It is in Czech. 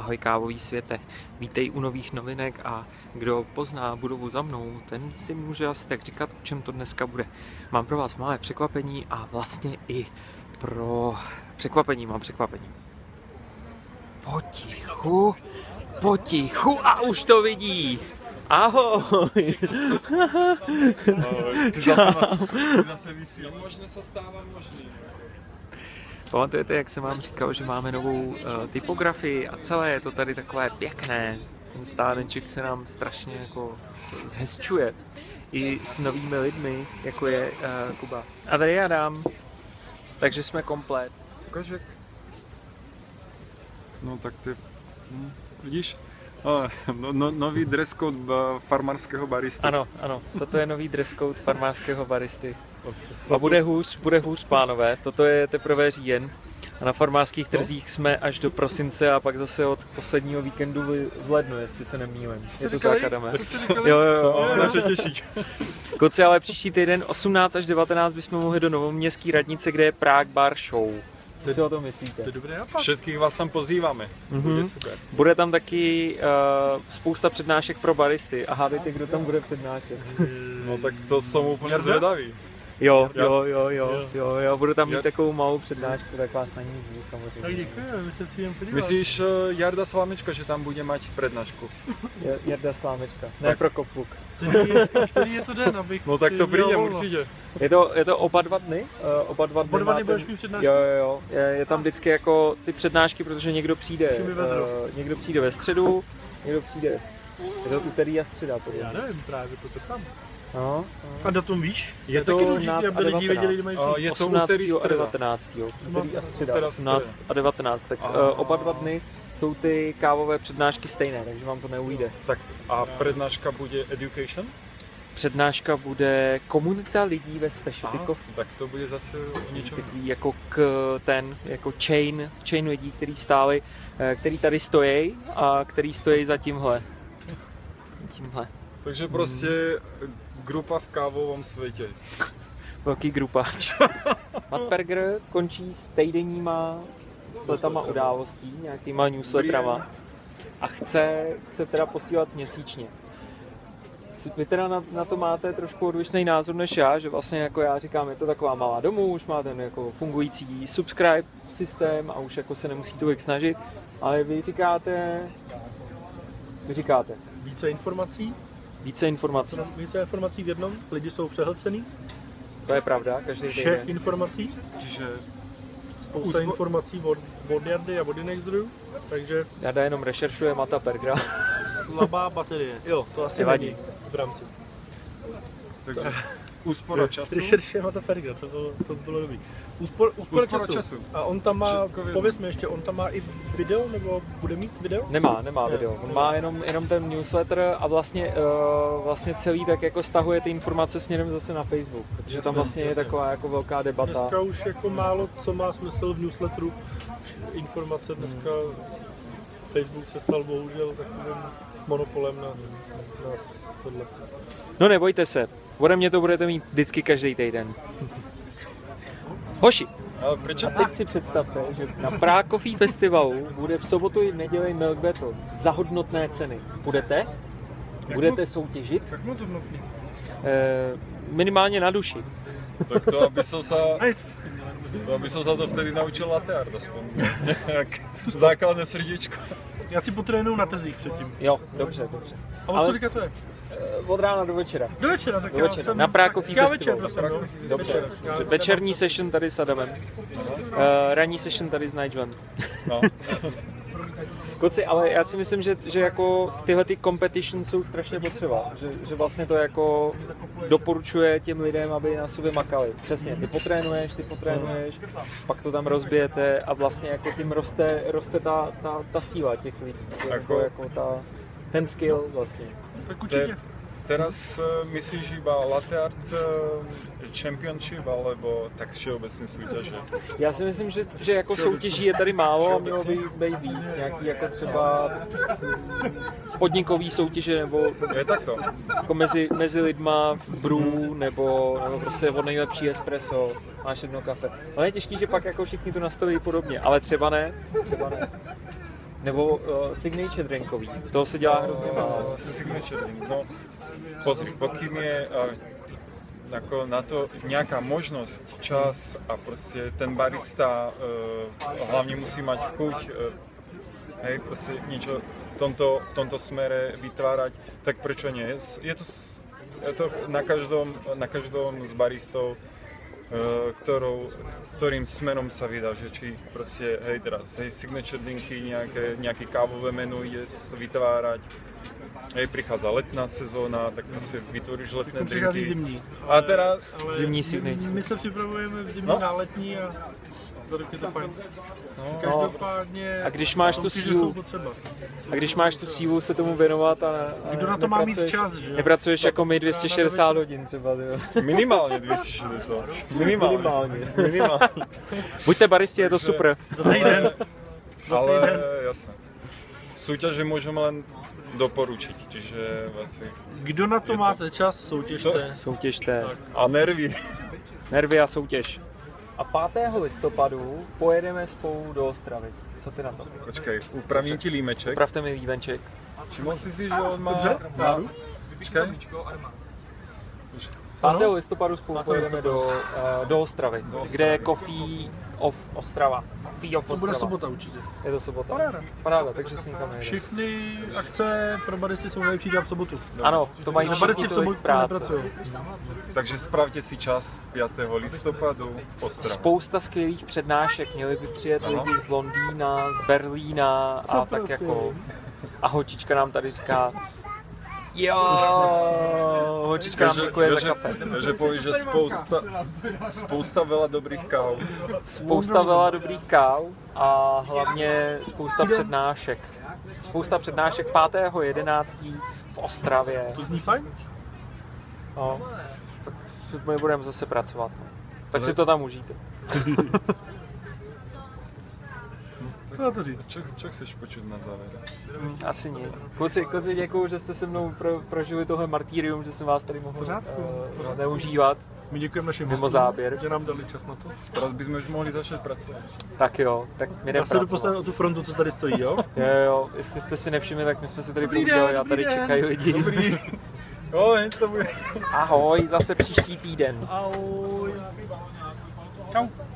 Ahoj kávový světe, vítej u nových novinek a kdo pozná budovu za mnou, ten si může asi tak říkat, o čem to dneska bude. Mám pro vás malé překvapení a vlastně i pro překvapení mám překvapení. Potichu a už to vidí! Ahoj! Ty zase vysíl. Možná se stává možný. Pamatujete, jak jsem vám říkal, že máme novou typografii a celé je to tady takové pěkné. Ten stáneček se nám strašně jako zhezčuje. I s novými lidmi, jako je Kuba. A tady Adam. Takže jsme komplet. Kožek. No tak ty, vidíš? Nový dress code farmářského baristy. Ano, toto je nový dress code farmářského baristy. A bude hůř, pánové, toto je teprve říjen. A na farmářských trzích jsme až do prosince a pak zase od posledního víkendu v lednu, jestli se nemýlím. Je to tak, Adame? Jo, naše těší. Kluci, ale příští týden 18 až 19 bychom mohli do Novoměstské radnice, kde je Prague Bar Show. Co si o tom myslíte? To je dobré nápad. Všetkých vás tam pozýváme. Bude super. Bude tam taky spousta přednášek pro baristy. A hádejte, kdo tam bude přednášet. No tak to jsem úplně zvědavý. Jo, budu tam mít takovou malou přednášku, tak vás na ní zvu samozřejmě. Tak děkujeme, my se přijdeme podívat. Myslíš Jarda Slámečka, že tam bude mít přednášku? Jarda Slámečka, ne Prokopuk. Který je to den, abych no tak to přijde určitě. Je to oba dva dny? Oba dva dny budeš mít přednášku? Jo. Je tam vždycky jako ty přednášky, protože někdo přijde ve středu, někdo přijde. Je to úterý a středa. Já nevím, právě to se tam. No. A datum víš? Je to 18 a 19. Je to úterý a 19. Úterý a středa, 18 a 19. Tak oba dva dny jsou ty kávové přednášky stejné, takže vám to neujde. Tak a přednáška bude education? Přednáška bude komunita lidí ve specialty coffee. Tak to bude zase o něčem. Jako chain lidí, který tady stojí a který stojí za tímhle. Takže prostě grupa v kávovém světě. Velký grupáč. Matperger končí s týdenníma sletama událostí, nějakýma newsletterama a chce teda posílat měsíčně. Vy teda na to máte trošku odlišný názor než já, že vlastně jako já říkám, je to taková malá domů, už má ten jako fungující subscribe systém a už jako se nemusí tolik snažit, ale vy říkáte... Více informací? Více informací v jednom, lidi jsou přehlcený. To je pravda, každý týden. Všech informací, čiže spousta informací od Jardy a od jiných zdrojů, takže... Jarda jenom rešeršuje Mata Pergra. Slabá baterie, jo, to asi nevadí v rámci. Takže úspora času. Rešeršuje Mata Pergra, to bylo dobrý. Úspora času. A on tam má, pověz mi ještě, on tam má i video, nebo bude mít video? Nemá video, on má jenom ten newsletter a vlastně celý tak jako stahuje ty informace směrem zase na Facebook, protože tam vlastně je taková jako velká debata. Dneska už jako málo co má smysl v newsletteru, informace dneska Facebook se stal bohužel takovým monopolem na tohle. No nebojte se, ode mě to budete mít vždycky každý týden. Hoši, teď si představte, že na Prague Coffee Festivalu bude v sobotu i v neděli Milk Battle za hodnotné ceny. Budete? Budete soutěžit? Jak moc hodnotný? Minimálně na duši. Tak to, aby som sa to vtedy naučil latte art aspoň. Základné srdíčko. Já si potrénuju na trzích předtím. Jo, dobře. A od kolika to je? Od rána do večera. Do večera, tak do večera. Na Prague Coffee Festival. Dobře. Večerní session tady s Adamem. Ranní session tady s Nigelem. No. Kluci, ale já si myslím, že jako tyhle ty competition jsou strašně potřeba. Že vlastně to jako doporučuje těm lidem, aby na sobě makali. Přesně, ty potrénuješ, pak to tam rozbijete a vlastně jako tím roste ta síla těch lidí. Jako ten skill vlastně. Tak určitě. Teraz myslíš iba latte art championship, alebo tak všeobecné soutěže? Já si myslím, že jako soutěží je tady málo a mělo by být víc. Nějaký jako třeba podnikový soutěže nebo je takto. Jako mezi lidma v brew nebo prostě od nejlepší espresso, máš jedno kafe. Ale je těžký, že pak jako všichni to nastaví podobně, ale třeba ne. Nebo signature drinkový. Toho se dělá hrozně málo. Signature drink, no pozri, pokým je jako na to nějaká možnost, čas a prostě ten barista hlavně musí mať chuť, hej, prostě niečo v tomto smere vytvárať, tak prečo nie? Je to na každom z baristov, ktorým smerom sa vydá, že či proste, hej teraz, hej, signature drinky, nejaké kávové menu ide vytvárať, hej, prichádza letná sezóna, tak prostě vytvoríš letné drinky. Přichází zimní. A teda Zimní signature. My se připravujeme v zimní na letní a za rok je to fajn. Každopádně A když máš tu soutěže sílu, jsou potřeba. a když máš tu sílu se tomu věnovat a Kdo na to má mít čas, že? Nepracuješ jako my 260 hodin třeba, jo. minimálně 260. Minimálně. Buďte baristi, je to super. Za týden. Ale jasné. Súťaže môžem len doporučiť, čiže asi... Kdo na to máte čas, soutěžte. Soutěžte. A nervy. Nervy a soutěž. A 5. listopadu pojedeme spolu do Ostravy. Co ty na to? Počkej, upravím ti límeček. Upravte mi lívenček. Všiml jsi si, že on má... Dobře, má... Počkej. 5. listopadu spolu pojedeme do Ostravy, kde je Coffee of Ostrava. Coffee of to bude Ostrava. sobota určitě. Je to sobota. Paráda. Paráda, takže si nikam nejde. Všechny akce pro baristy jsou nejlepší dělat v sobotu. Ano, to mají Na baristi všichni v tolik sobotu práce. nepracují. Takže spravte si čas 5. listopadu Ostrava. Spousta skvělých přednášek, měli by přijet lidi z Londýna, z Berlína a tak jako... A Hočička nám tady říká, jo, Hočička nám děkuje za kafe. Takže poví, že spousta veľa dobrých káv. Spousta veľa dobrých káv a hlavně spousta přednášek. Spousta přednášek 5.11. v Ostravě. To zní fajn? No, tak my budeme zase pracovat. No. Tak si to tam užijte. Co na to říct? Čo chceš počuť na záver? Asi nic. Kluci, děkuju, že jste se mnou prožili tohle martýrium, že jsem vás tady mohl neužívat. My děkujeme našim Mimo hostům, záběr. že nám dali čas na to. Teraz bychom už mohli začít pracovat. Tak jo, tak my jdeme Já se jdu pracovat. postavit o tu frontu, co tady stojí, jo? Jo, jestli jste si nevšimli, tak my jsme si tady Dobrý povídali den, a tady dobrý den. čekají lidi. Dobrý. Jo, to bude. Ahoj, zase příští týden. Ahoj. Čau.